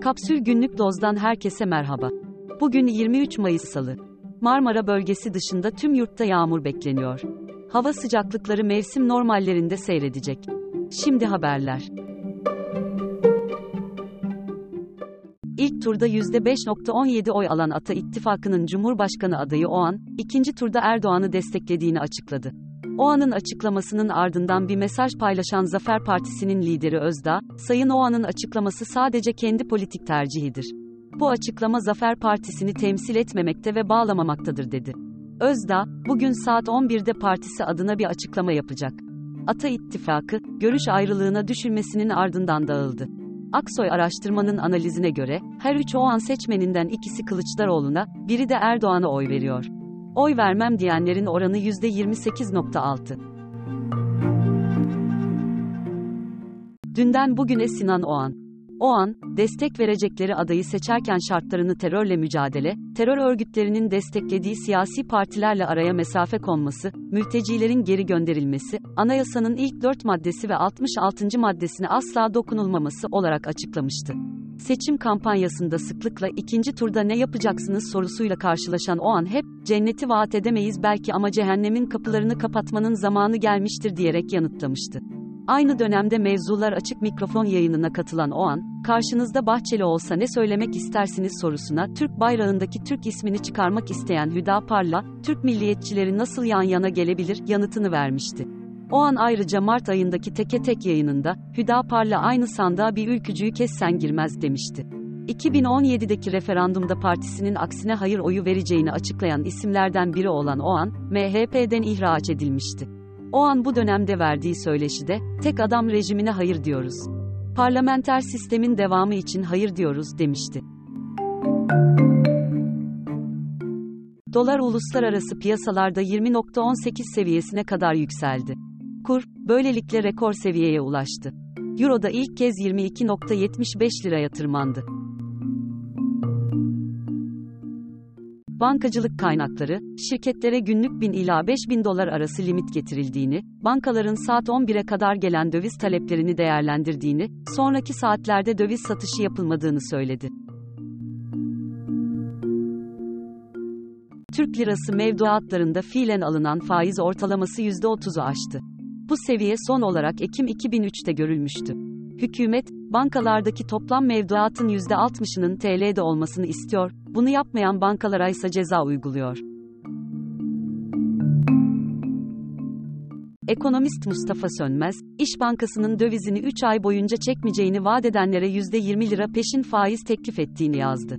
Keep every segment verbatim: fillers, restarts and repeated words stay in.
Kapsül Günlük Doz'dan herkese merhaba. Bugün yirmi üç Mayıs Salı. Marmara bölgesi dışında tüm yurtta yağmur bekleniyor. Hava sıcaklıkları mevsim normallerinde seyredecek. Şimdi haberler. İlk turda yüzde beş virgül on yedi oy alan Ata İttifakı'nın Cumhurbaşkanı adayı Oğan, ikinci turda Erdoğan'ı desteklediğini açıkladı. Oğan'ın açıklamasının ardından bir mesaj paylaşan Zafer Partisi'nin lideri Özdağ, Sayın Oğan'ın açıklaması sadece kendi politik tercihidir. Bu açıklama Zafer Partisi'ni temsil etmemekte ve bağlamamaktadır dedi. Özdağ, bugün saat on birde partisi adına bir açıklama yapacak. Ata İttifakı, görüş ayrılığına düşülmesinin ardından dağıldı. Aksoy araştırmanın analizine göre, her üç Oğan seçmeninden ikisi Kılıçdaroğlu'na, biri de Erdoğan'a oy veriyor. Oy vermem diyenlerin oranı yüzde yirmi sekiz virgül altı. Dünden bugüne Sinan Oğan. Oğan, destek verecekleri adayı seçerken şartlarını terörle mücadele, terör örgütlerinin desteklediği siyasi partilerle araya mesafe konması, mültecilerin geri gönderilmesi, anayasanın ilk dört maddesi ve altmış altıncı maddesine asla dokunulmaması olarak açıklamıştı. Seçim kampanyasında sıklıkla ikinci turda ne yapacaksınız sorusuyla karşılaşan Oğan hep, cenneti vaat edemeyiz belki ama cehennemin kapılarını kapatmanın zamanı gelmiştir diyerek yanıtlamıştı. Aynı dönemde Mevzular Açık mikrofon yayınına katılan Oğan, karşınızda Bahçeli olsa ne söylemek istersiniz sorusuna Türk bayrağındaki Türk ismini çıkarmak isteyen Hüdapar'la, Türk milliyetçileri nasıl yan yana gelebilir yanıtını vermişti. Oğan ayrıca Mart ayındaki Teke Tek yayınında, Hüdapar'la aynı sandığa bir ülkücüyü kessen girmez demişti. iki bin on yedideki referandumda partisinin aksine hayır oyu vereceğini açıklayan isimlerden biri olan Oğan, M H P'den ihraç edilmişti. Oğan bu dönemde verdiği söyleşide, tek adam rejimine hayır diyoruz. Parlamenter sistemin devamı için hayır diyoruz demişti. Dolar uluslararası piyasalarda yirmi virgül on sekiz seviyesine kadar yükseldi. Kur, böylelikle rekor seviyeye ulaştı. Euro'da ilk kez yirmi iki virgül yetmiş beş liraya tırmandı. Bankacılık kaynakları, şirketlere günlük bin ila beş bin dolar arası limit getirildiğini, bankaların saat on bire kadar gelen döviz taleplerini değerlendirdiğini, sonraki saatlerde döviz satışı yapılmadığını söyledi. Türk lirası mevduatlarında fiilen alınan faiz ortalaması yüzde otuzu aştı. Bu seviye son olarak Ekim iki bin üçte görülmüştü. Hükümet, bankalardaki toplam mevduatın yüzde altmışının T L'de olmasını istiyor, bunu yapmayan bankalara ise ceza uyguluyor. Ekonomist Mustafa Sönmez, İş Bankası'nın dövizini üç ay boyunca çekmeyeceğini vaat edenlere yüzde yirmi lira peşin faiz teklif ettiğini yazdı.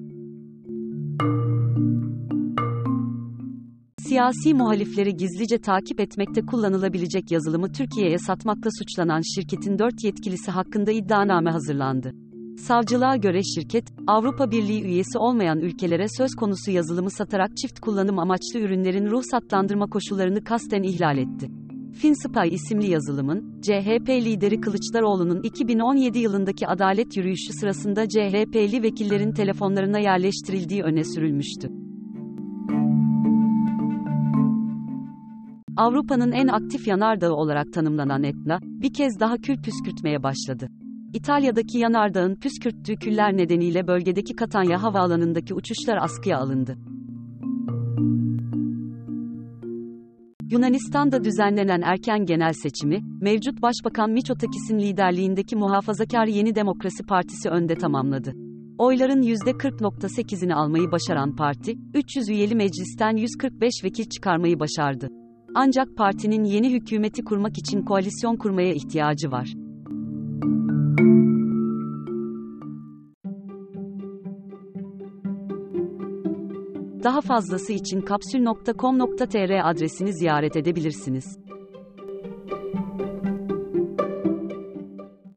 Siyasi muhalifleri gizlice takip etmekte kullanılabilecek yazılımı Türkiye'ye satmakla suçlanan şirketin dört yetkilisi hakkında iddianame hazırlandı. Savcılığa göre şirket, Avrupa Birliği üyesi olmayan ülkelere söz konusu yazılımı satarak çift kullanım amaçlı ürünlerin ruhsatlandırma koşullarını kasten ihlal etti. FinSpy isimli yazılımın, C H P lideri Kılıçdaroğlu'nun iki bin on yedi yılındaki adalet yürüyüşü sırasında C H P'li vekillerin telefonlarına yerleştirildiği öne sürülmüştü. Avrupa'nın en aktif yanardağı olarak tanımlanan Etna, bir kez daha kül püskürtmeye başladı. İtalya'daki yanardağın püskürttüğü küller nedeniyle bölgedeki Catania havaalanındaki uçuşlar askıya alındı. Yunanistan'da düzenlenen erken genel seçimi, mevcut Başbakan Mitsotakis'in liderliğindeki Muhafazakar Yeni Demokrasi Partisi önde tamamladı. Oyların yüzde kırk virgül sekizini almayı başaran parti, üç yüz üyeli meclisten yüz kırk beş vekil çıkarmayı başardı. Ancak partinin yeni hükümeti kurmak için koalisyon kurmaya ihtiyacı var. Daha fazlası için kapsül nokta com nokta tr adresini ziyaret edebilirsiniz.